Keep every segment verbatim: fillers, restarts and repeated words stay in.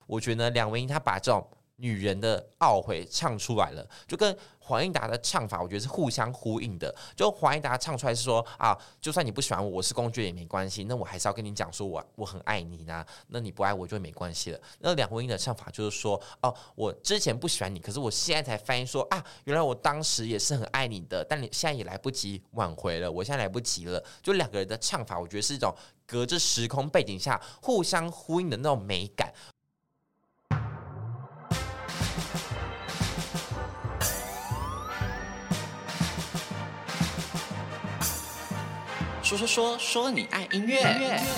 我觉得呢，梁文音她把这种女人的懊悔唱出来了，就跟黄义达的唱法，我觉得是互相呼应的。就黄义达唱出来是说啊，就算你不喜欢我，我是公爵也没关系，那我还是要跟你讲说我我很爱你呢，那你不爱我就没关系了。那梁文音的唱法就是说，哦，我之前不喜欢你，可是我现在才发现说啊，原来我当时也是很爱你的，但你现在也来不及挽回了，我现在来不及了。就两个人的唱法，我觉得是一种隔着时空背景下互相呼应的那种美感。 说说说说你爱音乐。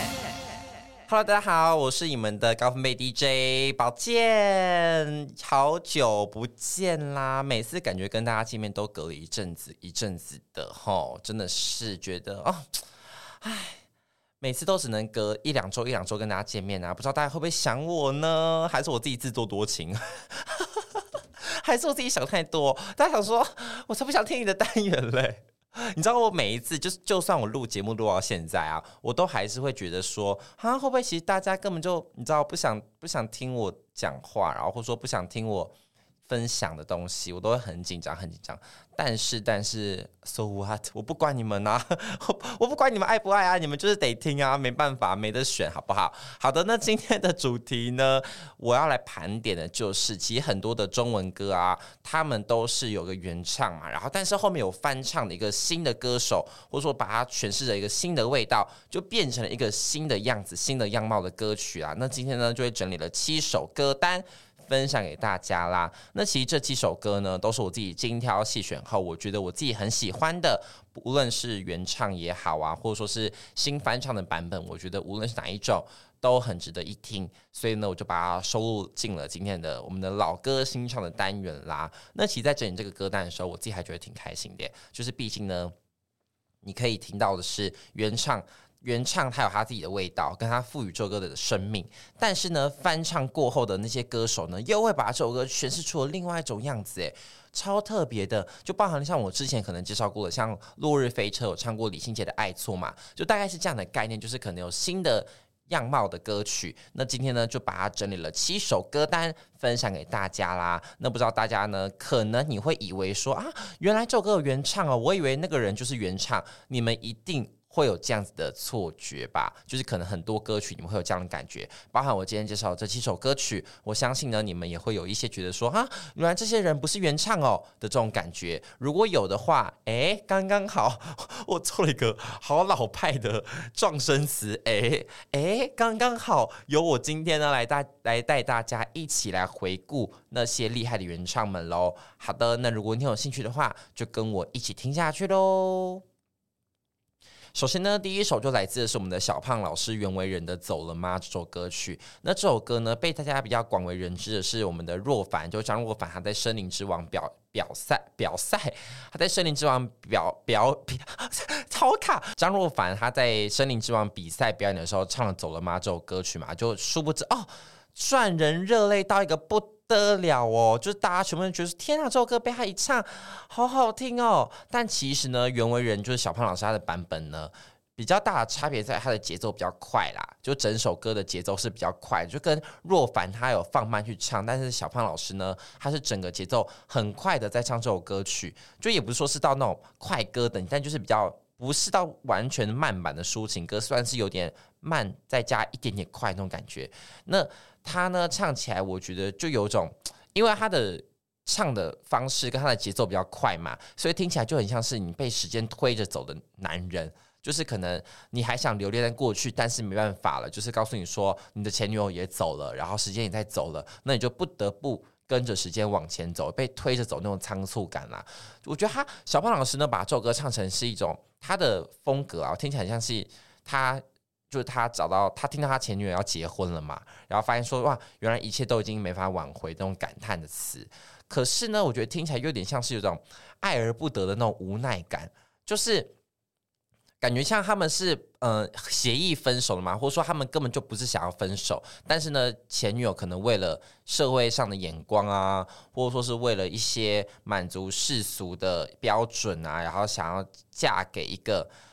Hello， 大家好，我是你们的高分贝 D J 宝健，好久不见啦！每次感觉跟大家见面都隔了一阵子一阵子的吼，真的是觉得哦，唉，每次都只能隔一两周一两周跟大家见面啊，不知道大家会不会想我呢？还是我自己自作多情？还是我自己想太多？大家想说，我才不想听你的单元嘞！你知道我每一次就是，就算我录节目录到现在啊，我都还是会觉得说，啊，会不会其实大家根本就你知道不想不想听我讲话，然后或者说不想听我分享的东西，我都会很紧张很紧张。但是但是 so what， 我不管你们啊，我, 我不管你们爱不爱啊，你们就是得听啊，没办法，没得选，好不好？好的，那今天的主题呢，我要来盘点的就是，其实很多的中文歌啊，他们都是有个原唱嘛，然后但是后面有翻唱的一个新的歌手，或者说把它诠释了一个新的味道，就变成了一个新的样子、新的样貌的歌曲啊。那今天呢，就会整理了七首歌单，分享给大家啦。那其实这七首歌呢，都是我自己精挑细选后，我觉得我自己很喜欢的，无论是原唱也好啊，或者说是新翻唱的版本，我觉得无论是哪一种都很值得一听。所以呢，我就把它收录进了今天的我们的老歌新唱的单元啦。那其实在整理这个歌单的时候，我自己还觉得挺开心的，就是毕竟呢，你可以听到的是原唱。原唱他有他自己的味道，跟他赋予这首歌的生命，但是呢，翻唱过后的那些歌手呢，又会把这首歌诠释出了另外一种样子，哎，超特别的。就包含像我之前可能介绍过的，像《落日飞车》有唱过李心洁的《爱错》嘛，就大概是这样的概念，就是可能有新的样貌的歌曲。那今天呢，就把它整理了七首歌单分享给大家啦。那不知道大家呢，可能你会以为说啊，原来这首歌有原唱哦，我以为那个人就是原唱，你们一定会有这样子的错觉吧，就是可能很多歌曲你们会有这样的感觉，包含我今天介绍的这七首歌曲，我相信呢你们也会有一些觉得说啊，原来这些人不是原唱哦的这种感觉。如果有的话，哎，刚刚好，我做了一个好老派的撞声词，哎哎，刚刚好由我今天呢来带来带大家一起来回顾那些厉害的原唱们咯。好的，那如果你有兴趣的话，就跟我一起听下去咯。首先呢，第一首就来自的是我们的小胖老师袁惟仁的《走了吗》这首歌曲。那这首歌呢，被大家比较广为人知的是我们的若凡，就张若凡，他在《森林之王表》表赛表赛，他在《森林之王表》表表超卡。张若凡他在《森林之王》比赛表演的时候唱了《走了吗》这首歌曲嘛，就殊不知哦，赚人热泪到一个不得了哦，就是大家全部人觉得天啊，这首歌被他一唱好好听哦。但其实呢，袁惟仁就是小胖老师他的版本呢，比较大的差别在他的节奏比较快啦，就整首歌的节奏是比较快，就跟若凡他有放慢去唱，但是小胖老师呢，他是整个节奏很快的在唱这首歌曲，就也不是说是到那种快歌等，但就是比较不是到完全慢版的抒情歌，算是有点慢再加一点点快那种感觉。那他呢唱起来，我觉得就有种，因为他的唱的方式跟他的节奏比较快嘛，所以听起来就很像是你被时间推着走的男人。就是可能你还想留恋在过去，但是没办法了，就是告诉你说你的前女友也走了，然后时间也在走了，那你就不得不跟着时间往前走，被推着走那种仓促感啦。我觉得他小胖老师呢，把这首歌唱成是一种他的风格啊，听起来很像是他。就是他找到他听到他前女友要结婚了嘛，然后发现说哇，原来一切都已经没法挽回那种感叹的词。可是呢，我觉得听起来有点像是有种爱而不得的那种无奈感，就是感觉像他们是呃协议分手了嘛，或者说他们根本就不是想要分手，但是呢，前女友可能为了社会上的眼光啊，或者说是为了一些满足世俗的标准啊，然后想要嫁给一个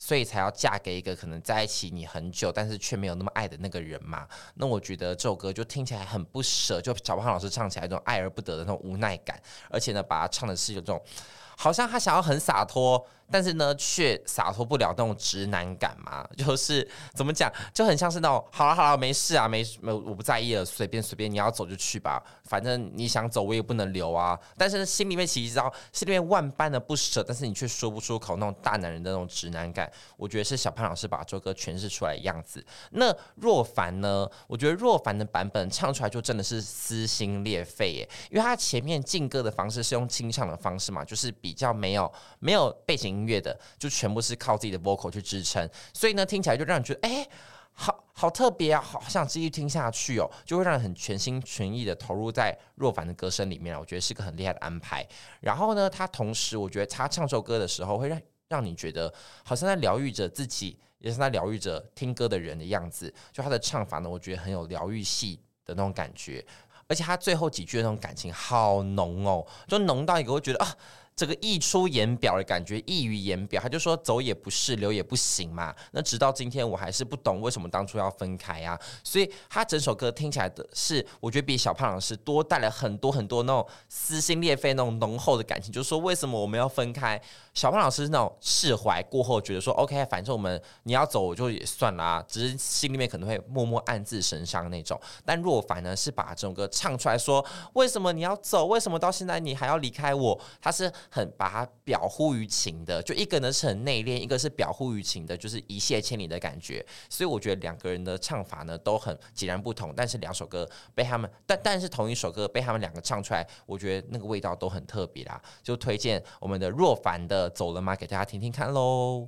所以才要嫁给一个可能在一起你很久，但是却没有那么爱的那个人嘛。那我觉得这首歌就听起来很不舍，就小胖老师唱起来那种爱而不得的那种无奈感，而且呢，把它唱的是有这种好像他想要很洒脱，但是呢却洒脱不了那种直男感嘛，就是怎么讲，就很像是那种好了好了没事啊，没没我不在意了，随便随便你要走就去吧，反正你想走我也不能留啊。但是心里面其实知道，心里面万般的不舍，但是你却说不出口那种大男人的那种直男感，我觉得是小胖老师把这首歌诠释出来的样子。那若凡呢？我觉得若凡的版本唱出来就真的是撕心裂肺耶，因为他前面进歌的方式是用清唱的方式嘛，就是比较没有没有背景音乐的，就全部是靠自己的 vocal 去支撑，所以呢听起来就让人觉得哎。好好特别啊，好想继续听下去哦，就会让人很全心全意的投入在若凡的歌声里面，我觉得是个很厉害的安排。然后呢，他同时我觉得他唱这首歌的时候，会让让你觉得好像在疗愈着自己，也是在疗愈着听歌的人的样子。就他的唱法呢，我觉得很有疗愈系的那种感觉，而且他最后几句的那种感情好浓哦，就浓到一个会觉得啊。这个溢出言表的感觉，溢于言表。他就说走也不是，留也不行嘛。那直到今天，我还是不懂为什么当初要分开啊。所以他整首歌听起来的是，我觉得比小胖老师多带了很多很多那种撕心裂肺、那种浓厚的感情。就是说为什么我们要分开？小胖老师是那种释怀过后，觉得说 OK， 反正我们你要走我就也算啦、啊，只是心里面可能会默默暗自神伤那种。但若凡呢，是把这首歌唱出来说，为什么你要走？为什么到现在你还要离开我？他是很把它表乎于情的，就一个呢是很内敛，一个是表乎于情的，就是一泻千里的感觉。所以我觉得两个人的唱法呢都很截然不同，但是两首歌被他们，但但是同一首歌被他们两个唱出来，我觉得那个味道都很特别啦。就推荐我们的若凡的《走了吗》给大家听听看喽。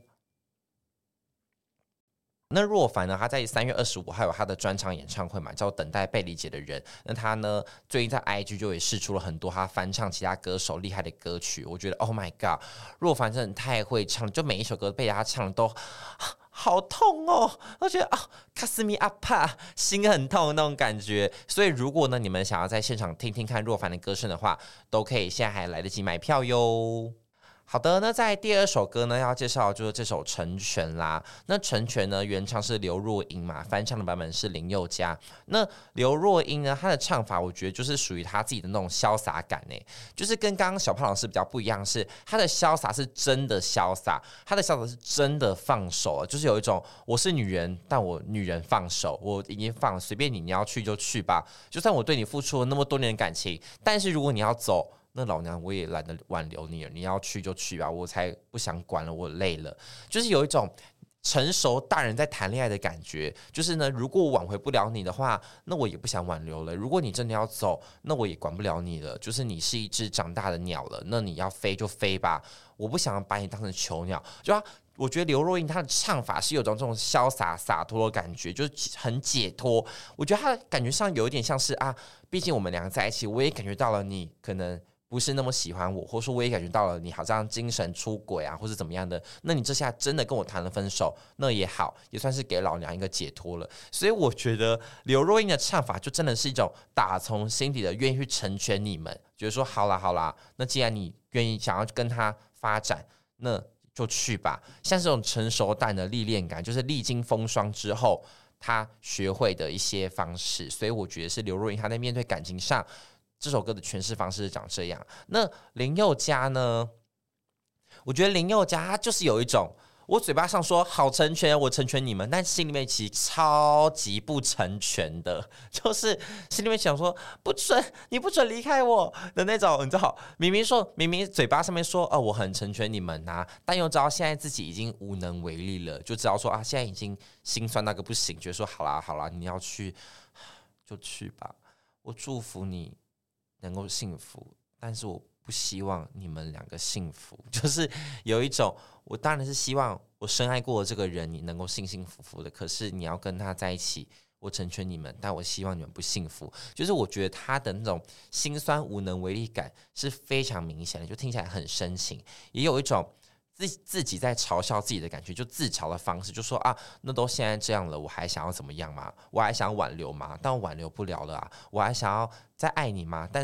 那若凡呢？他在三月二十五还有他的专场演唱会嘛，叫《等待被理解的人》。那他呢，最近在 I G 就也释出了很多他翻唱其他歌手厉害的歌曲。我觉得 Oh my God， 若凡真的太会唱了，就每一首歌被他唱的都好痛哦，我觉得啊，卡斯米阿帕心很痛的那种感觉。所以如果呢，你们想要在现场听听看若凡的歌声的话，都可以现在还来得及买票哟。好的，那在第二首歌呢，要介绍就是这首《成全》啦。那《成全》呢，原唱是刘若英嘛，翻唱的版本是林宥嘉。那刘若英呢，她的唱法我觉得就是属于她自己的那种潇洒感诶，就是跟刚刚小胖老师比较不一样，是她的潇洒是真的潇洒，她的潇洒是真的放手了，就是有一种我是女人，但我女人放手，我已经放了，随便你，你要去就去吧。就算我对你付出了那么多年的感情，但是如果你要走。那老娘我也懒得挽留你了，你要去就去吧，我才不想管了，我累了。就是有一种成熟大人在谈恋爱的感觉，就是呢，如果我挽回不了你的话，那我也不想挽留了。如果你真的要走，那我也管不了你了。就是你是一只长大的鸟了，那你要飞就飞吧，我不想把你当成囚鸟。就他，我觉得刘若英她的唱法是有种这种潇洒洒脱的感觉，就是很解脱。我觉得她的感觉上有一点像是啊，毕竟我们两个在一起，我也感觉到了你可能。不是那么喜欢我，或者说我也感觉到了你好像精神出轨啊，或是怎么样的，那你这下真的跟我谈了分手，那也好，也算是给老娘一个解脱了。所以我觉得刘若英的唱法就真的是一种打从心底的愿意去成全你们，觉得说好啦好啦，那既然你愿意想要跟他发展，那就去吧。像这种成熟蛋的历练感，就是历经风霜之后他学会的一些方式，所以我觉得是刘若英她在面对感情上。这首歌的诠释方式是长这样。那林宥嘉呢？我觉得林宥嘉他就是有一种，我嘴巴上说好成全，我成全你们，但心里面其实超级不成全的，就是心里面想说不准，你不准离开我的那种，你知道？明明说，明明嘴巴上面说哦我很成全你们啊，但又知道现在自己已经无能为力了，就知道说啊现在已经心酸那个不行，觉得说好啦好啦，你要去就去吧，我祝福你。能够幸福，但是我不希望你们两个幸福，就是有一种，我当然是希望我深爱过的这个人，你能够幸幸福福的。可是你要跟他在一起，我成全你们，但我希望你们不幸福。就是我觉得他的那种心酸无能为力感是非常明显的，就听起来很深情，也有一种。自自己在嘲笑自己的感觉，就自嘲的方式，就说啊，那都现在这样了，我还想要怎么样吗？我还想挽留吗？但我挽留不了了啊！我还想要再爱你吗？但是我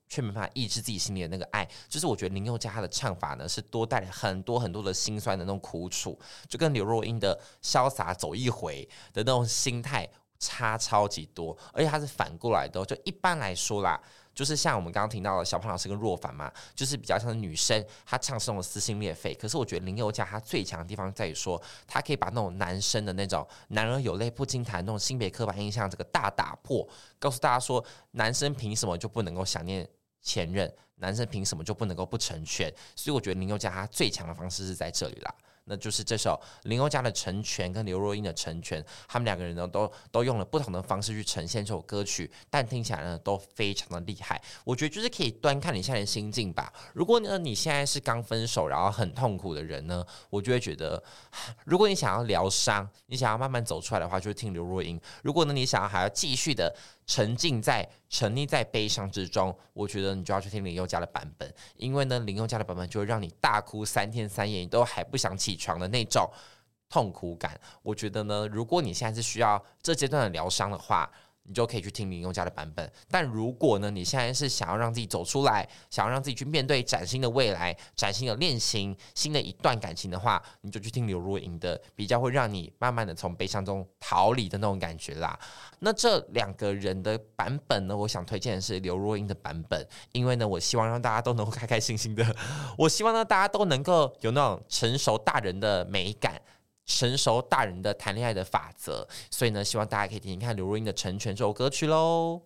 却没办法抑制自己心里的那个爱。就是我觉得林宥嘉他的唱法呢，是多带了很多很多的辛酸的那种苦楚，就跟刘若英的潇洒走一回的那种心态差超级多，而且他是反过来的、哦。就一般来说啦，就是像我们刚刚听到的小胖老师跟若凡嘛，就是比较像是女生，她唱是那种撕心裂肺。可是我觉得林宥嘉他最强的地方在于说，他可以把那种男生的那种男儿有泪不轻弹那种性别刻板印象这个大打破，告诉大家说，男生凭什么就不能够想念前任？男生凭什么就不能够不成全？所以我觉得林宥嘉他最强的方式是在这里啦。那就是这首林宥嘉的《成全》跟刘若英的《成全》，他们两个人呢都都用了不同的方式去呈现这首歌曲，但听起来呢都非常的厉害。我觉得就是可以端看你现在的心境吧。如果呢你现在是刚分手然后很痛苦的人呢，我就会觉得，如果你想要疗伤，你想要慢慢走出来的话，就是听刘若英。如果呢你想要还要继续的沉浸在沉溺在悲伤之中，我觉得你就要去听林宥嘉的版本，因为呢林宥嘉的版本就会让你大哭三天三夜，你都还不想起床的那种痛苦感。我觉得呢，如果你现在是需要这阶段的疗伤的话，你就可以去听林宥嘉的版本。但如果呢，你现在是想要让自己走出来，想要让自己去面对崭新的未来、崭新的恋情、新的一段感情的话，你就去听刘若英的，比较会让你慢慢的从悲伤中逃离的那种感觉啦。那这两个人的版本呢，我想推荐的是刘若英的版本，因为呢，我希望让大家都能够开开心心的，我希望呢，大家都能够有那种成熟大人的美感。成熟大人的谈恋爱的法则，所以呢，希望大家可以听听看刘若英的《成全》这首歌曲喽。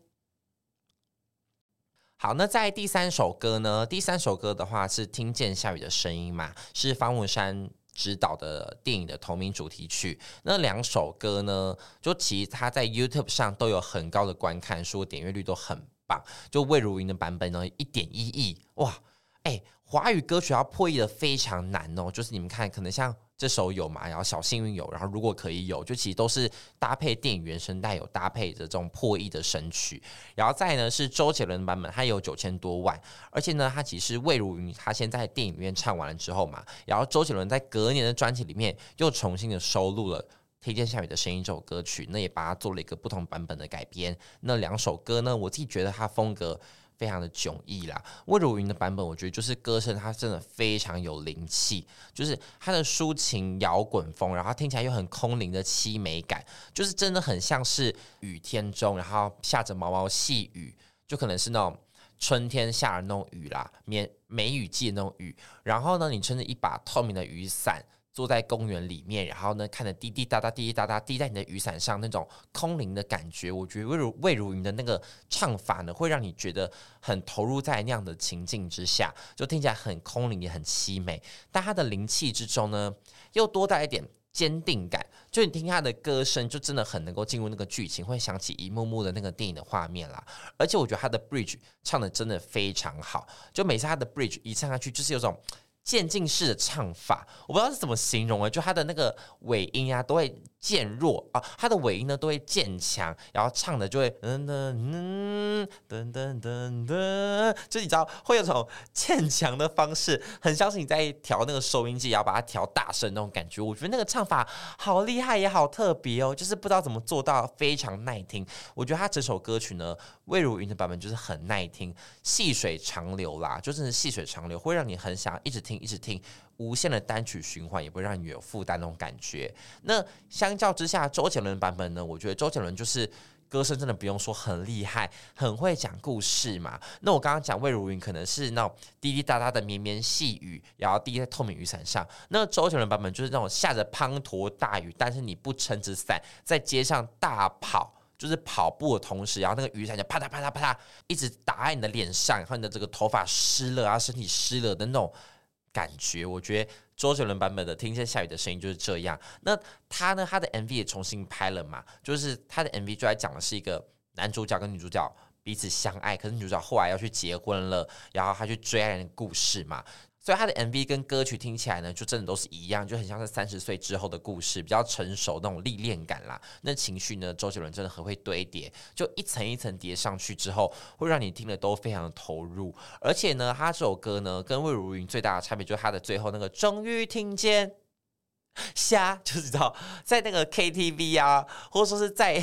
好，那在第三首歌呢？第三首歌的话是听见下雨的声音嘛，是方文山执导的电影的同名主题曲。那两首歌呢，就其实它在 YouTube 上都有很高的观看数，点阅率都很棒。就魏如云的版本呢，一点一亿，哇！哎，华语歌曲要破亿的非常难哦。就是你们看，可能像这首有嘛，然后小幸运有，然后如果可以有，就其实都是搭配电影原声带有搭配的这种破亿的神曲。然后再呢是周杰伦的版本，它有九千多万，而且呢它其实魏如云他先在电影院唱完了之后嘛，然后周杰伦在隔年的专辑里面又重新的收录了听见下雨的声音这首歌曲，那也把它做了一个不同版本的改编。那两首歌呢，我自己觉得它风格非常的迥异啦。魏如云的版本，我觉得就是歌声它真的非常有灵气，就是它的抒情摇滚风，然后听起来又很空灵的凄美感，就是真的很像是雨天中，然后下着毛毛细雨，就可能是那种春天下的那种雨啦，梅雨季的那种雨。然后呢，你撑着一把透明的雨伞，坐在公园里面，然后呢，看着滴滴答答、滴滴答答滴在你的雨伞上，那种空灵的感觉，我觉得魏如魏如云的那个唱法呢，会让你觉得很投入在那样的情境之下，就听起来很空灵，也很凄美。但它的灵气之中呢，又多带一点坚定感，就你听他的歌声，就真的很能够进入那个剧情，会想起一幕幕的那个电影的画面啦。而且我觉得他的 bridge 唱的真的非常好，就每次他的 bridge 一唱下去，就是有种渐进式的唱法，我不知道是怎么形容啊，就他的那个尾音啊，都会渐弱啊，他的尾音呢都会渐强，然后唱的就会嗯噔噔噔噔噔，就你知道会有种渐强的方式，很像是你在调那个收音机，然后把它调大声那种感觉。我觉得那个唱法好厉害，也好特别哦，就是不知道怎么做到非常耐听。我觉得他整首歌曲呢，魏如云的版本就是很耐听，细水长流啦，就真的细水长流，会让你很想一直听一直听。无限的单曲循环也不会让你有负担那种感觉。那相较之下，周杰伦的版本呢？我觉得周杰伦就是歌声真的不用说很厉害，很会讲故事嘛。那我刚刚讲魏如云可能是那种滴滴答答的绵绵细雨，然后滴在透明雨伞上。那周杰伦版本就是那种下着滂沱大雨，但是你不撑着伞，在街上大跑。就是跑步的同时，然后那个雨伞就啪嗒啪嗒啪嗒一直打在你的脸上，然后你的这个头发湿了啊，身体湿了的那种感觉。我觉得周杰伦版本的《听见下雨的声音》就是这样。那他呢，他的 M V 也重新拍了嘛，就是他的 M V 就在讲的是一个男主角跟女主角彼此相爱，可是女主角后来要去结婚了，然后他去追爱人的故事嘛。所以他的 M V 跟歌曲听起来呢，就真的都是一样，就很像是三十岁之后的故事，比较成熟那种历练感啦。那情绪呢，周杰伦真的很会堆叠，就一层一层叠上去之后，会让你听了都非常的投入。而且呢，他这首歌呢，跟魏如云最大的差别就是他的最后那个终于听见。下就是知道在那个 K T V 啊，或者说是在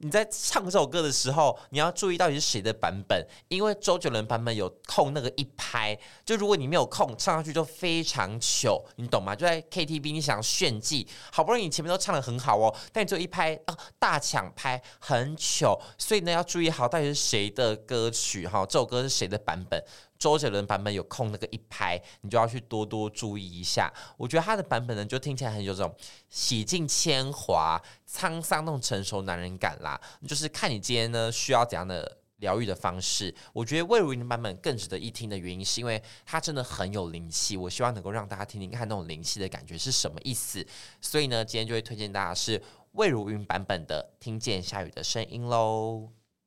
你在唱这首歌的时候，你要注意到底是谁的版本，因为周杰伦版本有空那个一拍，就如果你没有空唱上去就非常糗，你懂吗？就在 K T V 你想炫技，好不容易你前面都唱得很好哦，但你只有一拍啊、哦、大抢拍很糗，所以呢要注意好到底是谁的歌曲哈，这首歌是谁的版本。周杰伦版本有空那个一拍，你就要去多多注意一下。我觉得他的版本呢，就听起来很有种洗尽铅华、沧桑那种成熟男人感啦。就是看你今天呢需要怎样的疗愈的方式。我觉得魏如萱的版本更值得一听的原因，是因为它真的很有灵气。我希望能够让大家听听看那种灵气的感觉是什么意思。所以呢，今天就会推荐大家是魏如萱版本的《听见下雨的声音》喽。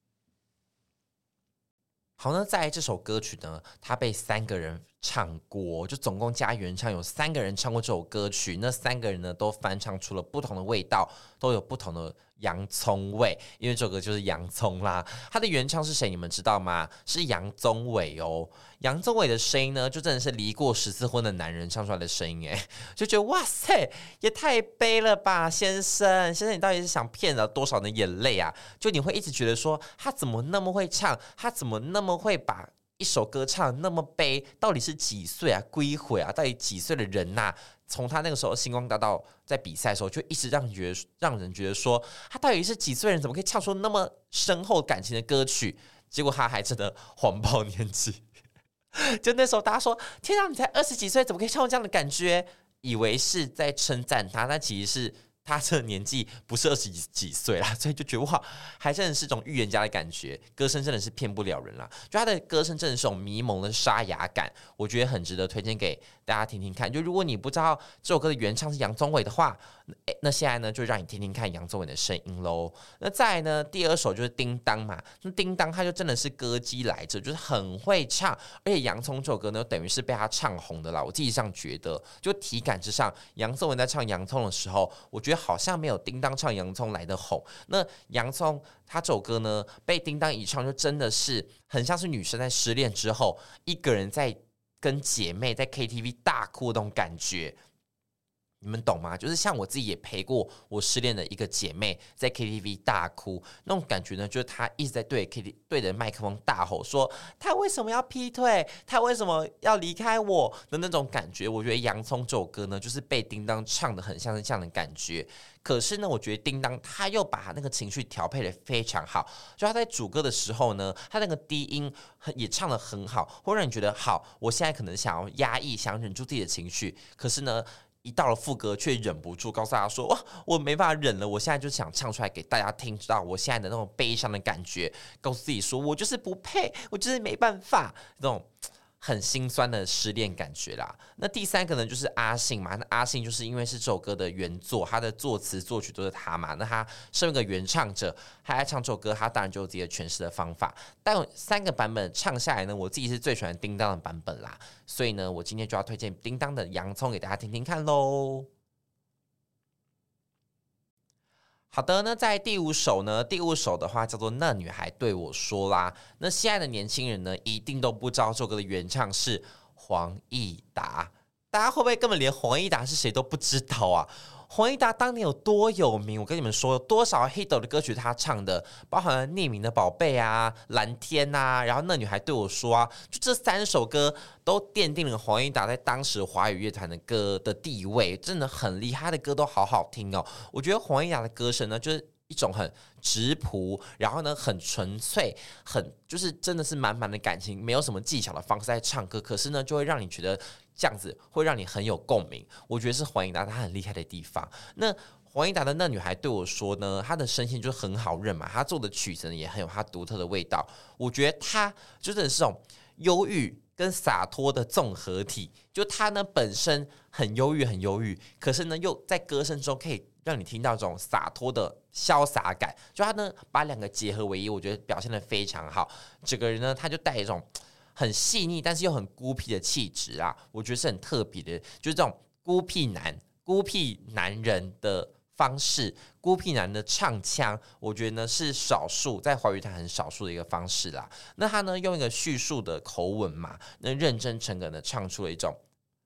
好，那在这首歌曲呢，它被三个人唱过，就总共加原唱有三个人唱过这首歌曲。那三个人呢，都翻唱出了不同的味道，都有不同的洋葱味，因为这首歌就是洋葱啦。它的原唱是谁？你们知道吗？是杨宗纬哦。杨宗纬的声音呢，就真的是离过十次婚的男人唱出来的声音，哎，就觉得哇塞，也太悲了吧，先生，先生，你到底是想骗了多少的眼泪啊？就你会一直觉得说，他怎么那么会唱，他怎么那么会把一首歌唱得那么悲，到底是几岁啊？归回啊？到底几岁的人呐、啊？从他那个时候星光大道在比赛的时候，就一直让人觉得让人觉得说，他到底是几岁人，怎么可以唱出那么深厚感情的歌曲？结果他还真的谎报年纪。就那时候大家说，天啊，你才二十几岁，怎么可以唱出这样的感觉？以为是在称赞他，但其实是他这个年纪不是二十几岁啦，所以就觉得哇，还真的是种预言家的感觉，歌声真的是骗不了人啦。就他的歌声真的是种迷蒙的沙哑感，我觉得很值得推荐给大家听听看。就如果你不知道这首歌的原唱是杨宗纬的话，那现在呢就让你听听看杨宗纬的声音喽。那再来呢，第二首就是叮当嘛，那叮当他就真的是歌姬来着，就是很会唱，而且洋葱这首歌呢，等于是被他唱红的啦。我自己上觉得，就体感之上，杨宗纬在唱洋葱的时候，我觉得好像没有叮当唱洋葱来的红。那洋葱他这首歌呢，被叮当一唱，就真的是很像是女生在失恋之后，一个人在跟姐妹在 K T V 大哭的那种感觉。你们懂吗？就是像我自己也陪过我失恋的一个姐妹在 K T V 大哭，那种感觉呢，就是她一直在对 K T V 对着麦克风大吼说她为什么要劈腿，她为什么要离开我的那种感觉。我觉得洋葱这首歌呢，就是被叮当唱的很像是这样的感觉。可是呢，我觉得叮当他又把那个情绪调配的非常好，就他在主歌的时候呢，他那个低音也唱得很好，会让你觉得好，我现在可能想要压抑，想忍住自己的情绪，可是呢，一到了副歌却忍不住告诉大家说，哇，我没办法忍了，我现在就想唱出来给大家听，知道我现在的那种悲伤的感觉，告诉自己说我就是不配，我就是没办法，这种很心酸的失恋感觉啦。那第三个呢，就是阿信嘛。那阿信就是因为是这首歌的原作，他的作词作曲都是他嘛。那他身为一个原唱者，他爱唱这首歌，他当然就有自己的诠释的方法。但三个版本唱下来呢，我自己是最喜欢叮当的版本啦。所以呢，我今天就要推荐叮当的洋葱给大家听听看喽。好的，那在第五首呢？第五首的话叫做《那女孩对我说》啦。那现在的年轻人呢，一定都不知道这首歌的原唱是黄义达。大家会不会根本连黄义达是谁都不知道啊？黄义达当年有多有名？我跟你们说，有多少 hit 的歌曲他唱的，包含匿名的宝贝啊、蓝天啊，然后那女孩对我说啊，就这三首歌都奠定了黄义达在当时华语乐坛的歌的地位，真的很厉害，他的歌都好好听哦。我觉得黄义达的歌声呢，就是一种很直朴，然后呢很纯粹，很就是真的是满满的感情，没有什么技巧的方式在唱歌，可是呢就会让你觉得这样子会让你很有共鸣。我觉得是黄义达他很厉害的地方。那黄义达的那女孩对我说呢，她的声线就很好认嘛，她做的曲子也很有她独特的味道。我觉得她就真的是这种忧郁跟洒脱的综合体，就她呢本身很忧郁很忧郁，可是呢又在歌声中可以让你听到这种洒脱的潇洒感，就他呢把两个结合为一，我觉得表现得非常好。整个人呢他就带一种很细腻但是又很孤僻的气质啊，我觉得是很特别的，就是这种孤僻男孤僻男人的方式，孤僻男的唱腔，我觉得呢是少数在华语坛很少数的一个方式啦。那他呢用一个叙述的口吻嘛，那认真诚恳的唱出了一种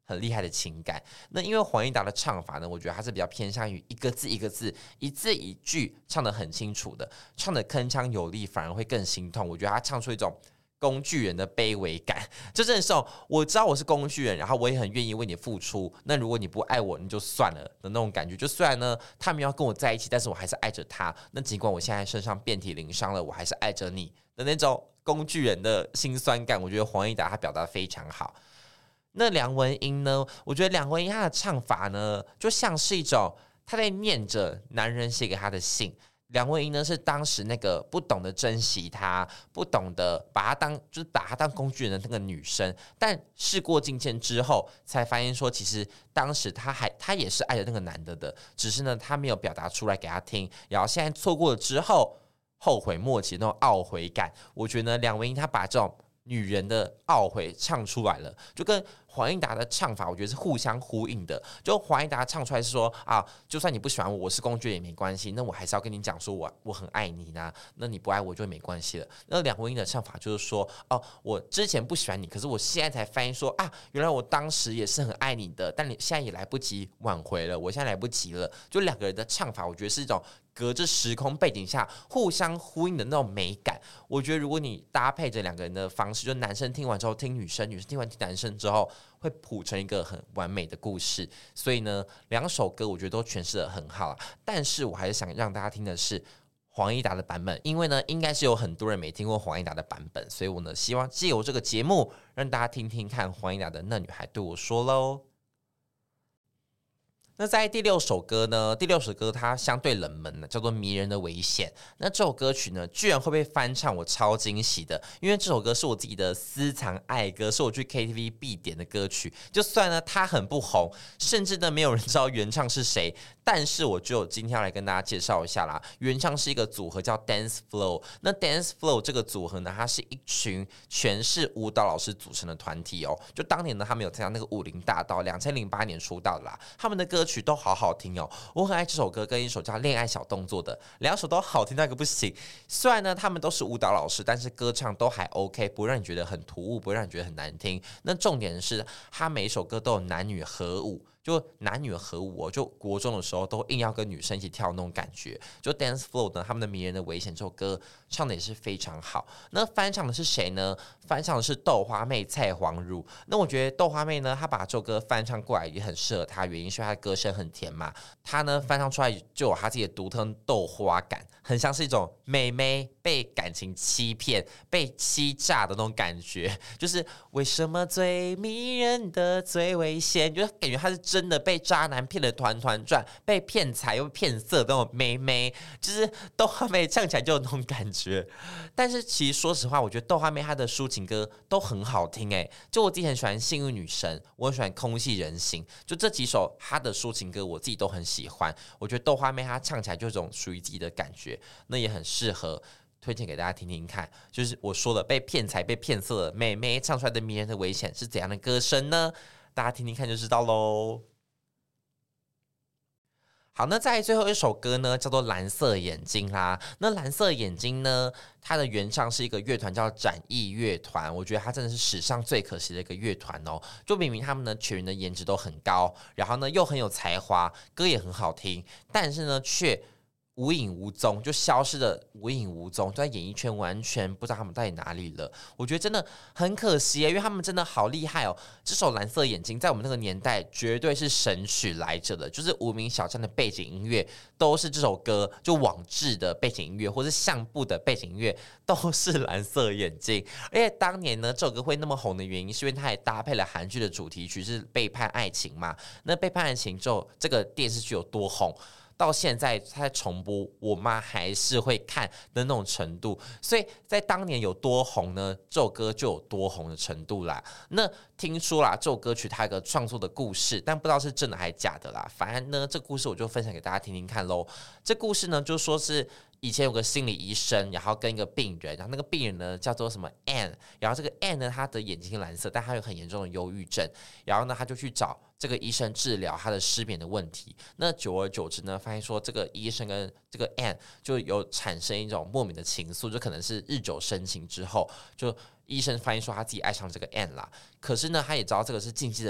很厉害的情感。那因为黄义达的唱法呢，我觉得他是比较偏向于一个字一个字、一字一句唱得很清楚的，唱得铿锵有力，反而会更心痛。我觉得他唱出一种工具人的卑微感，就真的是我知道我是工具人，然后我也很愿意为你付出。那如果你不爱我，你就算了的那种感觉。就虽然呢，他们要跟我在一起，但是我还是爱着他。那尽管我现在身上遍体鳞伤了，我还是爱着你的那种工具人的辛酸感。我觉得黄义达他表达得非常好。那梁文音呢？我觉得梁文音他的唱法呢，就像是一种他在念着男人写给他的信。梁文音呢是当时那个不懂得珍惜他，不懂得把他当就是把他当工具人的那个女生，但事过境迁之后，才发现说，其实当时他还他也是爱着那个男的的，只是呢他没有表达出来给他听，然后现在错过了之后，后悔莫及那种懊悔感。我觉得呢，梁文音他把这种女人的懊悔唱出来了，就跟黄义达的唱法我觉得是互相呼应的。就黄义达唱出来是说啊，就算你不喜欢我，我是工具人也没关系，那我还是要跟你讲说我我很爱你呢，那你不爱我就没关系了。那梁文音的唱法就是说哦，我之前不喜欢你，可是我现在才发现说啊，原来我当时也是很爱你的，但你现在也来不及挽回了，我现在来不及了。就两个人的唱法我觉得是一种隔着时空背景下互相呼应的那种美感。我觉得如果你搭配着两个人的方式，就男生听完之后听女生，女生听完听男生之后，会谱成一个很完美的故事。所以呢，两首歌我觉得都诠释得很好啊。但是我还是想让大家听的是黄义达的版本，因为呢，应该是有很多人没听过黄义达的版本，所以我呢希望借由这个节目让大家听听看黄义达的《那女孩对我说》咯。那在第六首歌呢，第六首歌它相对冷门，叫做《迷人的危险》。那这首歌曲呢，居然会被翻唱，我超惊喜的，因为这首歌是我自己的私藏爱歌，是我去 K T V 必点的歌曲。就算呢它很不红，甚至呢没有人知道原唱是谁，但是我就今天要来跟大家介绍一下啦。原唱是一个组合叫 Dance Flow。那 Dance Flow 这个组合呢，它是一群全是舞蹈老师组成的团体哦。就当年呢，他们有参加那个武林大道，两千零八年出道的啦。他们的歌曲都好好听哦，我很爱这首歌跟一首叫《恋爱小动作》的，两首都好听到一个不行。虽然呢他们都是舞蹈老师，但是歌唱都还 OK， 不会让你觉得很突兀，不会让你觉得很难听。那重点是，他每一首歌都有男女合舞。就男女合舞哦，就国中的时候都硬要跟女生一起跳那种感觉。就 Dance Flow 呢，他们的《迷人的危险》这首歌唱的也是非常好。那翻唱的是谁呢？翻唱的是豆花妹蔡黄汝。那我觉得豆花妹呢，她把这首歌翻唱过来也很适合她，原因是因为她的歌声很甜嘛。她呢翻唱出来就有她自己的独特豆花感，很像是一种妹妹被感情欺骗、被欺诈的那种感觉。就是为什么最迷人的最危险，就感觉她是真的被渣男骗得团团转，被骗财又骗色的那种妹妹，就是豆花妹唱起来就有那种感觉。但是其实说实话，我觉得豆花妹她的抒情歌都很好听哎。就我自己很喜欢《幸运女神》，我很喜欢《空气人形》，就这几首她的抒情歌我自己都很喜欢。我觉得豆花妹她唱起来就有一种属于自己的感觉，那也很适合推荐给大家听听看。就是我说的被骗财被骗色的妹妹唱出来的迷人的危险是怎样的歌声呢？大家听听看就知道咯。好，那在最后一首歌呢，叫做《蓝色眼睛》啦。那蓝色眼睛呢，它的原唱是一个乐团叫展翼乐团，我觉得它真的是史上最可惜的一个乐团哦。就明明他们呢全员的颜值都很高，然后呢又很有才华，歌也很好听，但是呢却无影无踪，就消失的无影无踪，就在演艺圈完全不知道他们到底哪里了。我觉得真的很可惜，因为他们真的好厉害哦。这首《蓝色眼睛》在我们那个年代绝对是神曲来着的，就是无名小站的背景音乐都是这首歌，就网志的背景音乐或是相簿的背景音乐都是《蓝色眼睛》。而且当年呢，这首歌会那么红的原因，是因为它还搭配了韩剧的主题曲是《背叛爱情》嘛。那《背叛爱情》之后，这个电视剧有多红？到现在他在重播，我妈还是会看的那种程度，所以在当年有多红呢？这首歌就有多红的程度啦。那听说啦，这首歌曲它有个创作的故事，但不知道是真的还是假的啦。反正呢，这故事我就分享给大家听听看咯。这故事呢，就说是以前有个心理医生，然后跟一个病人，然后那个病人呢叫做什么 Anne， 然后这个 Anne 呢，他的眼睛蓝色，但他有很严重的忧郁症，然后呢，他就去找这个医生治疗他的失眠的问题。那久而久之呢，发现说这个医生跟这个 Anne 就有产生一种莫名的情愫，就可能是日久生情之后，就医生发现说他自己爱上这个 Anne 啦。可是呢，他也知道这个是禁忌的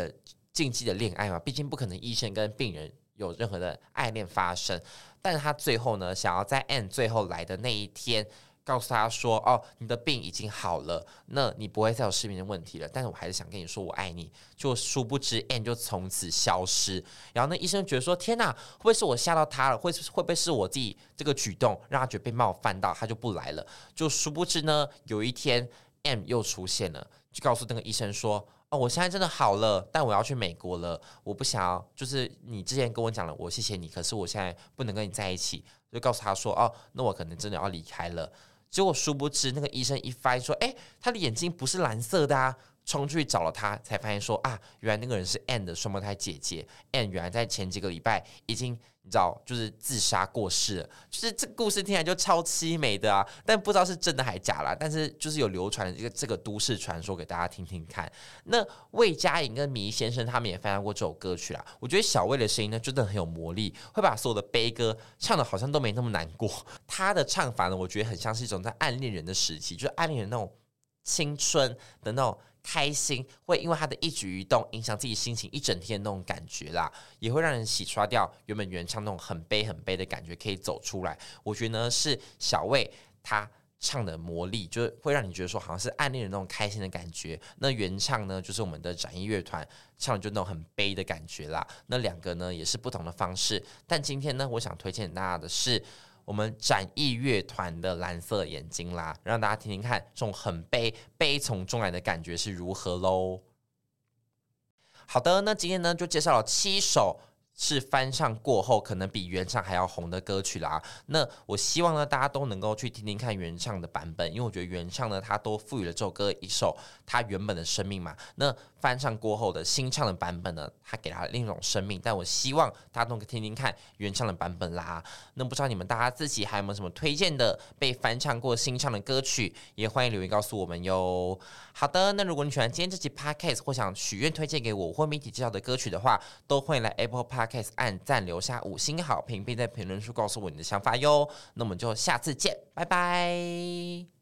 禁忌的恋爱嘛，毕竟不可能医生跟病人有任何的爱恋发生。但是他最后呢，想要在 Anne 最后来的那一天告诉他说，哦，你的病已经好了，那你不会再有失眠的问题了，但是我还是想跟你说我爱你。就殊不知 Anne 就从此消失。然后那医生觉得说，天哪，会不会是我吓到他了？会会不会是我自己这个举动让他觉得被冒犯到，他就不来了？就殊不知呢，有一天 Anne 又出现了，就告诉那个医生说，哦，我现在真的好了，但我要去美国了，我不想要，就是你之前跟我讲了，我谢谢你，可是我现在不能跟你在一起，就告诉他说，哦，那我可能真的要离开了。结果殊不知，那个医生一发现说，哎，他的眼睛不是蓝色的啊，冲去找了他，才发现说啊，原来那个人是 Anne 的双胞胎姐姐 ，Anne 原来在前几个礼拜已经你知道就是自杀过世了，就是这个故事听起来就超凄美的啊，但不知道是真的还假啦，但是就是有流传这个这个都市传说给大家听听看。那魏佳莹跟迷先生他们也翻唱过这首歌曲啦，我觉得小魏的声音呢真的很有魔力，会把所有的悲歌唱的好像都没那么难过。他的唱法呢，我觉得很像是一种在暗恋人的时期，就是暗恋人那种青春的那种开心，会因为他的一举一动影响自己心情一整天的那种感觉啦，也会让人洗刷掉原本原唱那种很悲很悲的感觉，可以走出来。我觉得呢是小魏他唱的魔力，就是会让你觉得说好像是暗恋的那种开心的感觉。那原唱呢，就是我们的展艺乐团唱的就那种很悲的感觉啦。那两个呢也是不同的方式，但今天呢，我想推荐大家的是我们展艺乐团的蓝色眼睛啦，让大家听听看这种很悲悲从中来的感觉是如何咯。好的，那今天呢就介绍了七首是翻唱过后可能比原唱还要红的歌曲啦。那我希望呢大家都能够去听听看原唱的版本，因为我觉得原唱呢它都赋予了这首歌一首它原本的生命嘛。那翻唱过后的新唱的版本呢，它给它另一种生命，但我希望大家都可以听听看原唱的版本啦。那不知道你们大家自己还有没有什么推荐的被翻唱过新唱的歌曲，也欢迎留言告诉我们哟。好的，那如果你喜欢今天这集 Podcast 或想许愿推荐给我或媒体介绍的歌曲的话，都欢迎来 Apple Podcast 按赞留下五星好评，并在评论处告诉我你的想法哟。那我们就下次见，拜拜。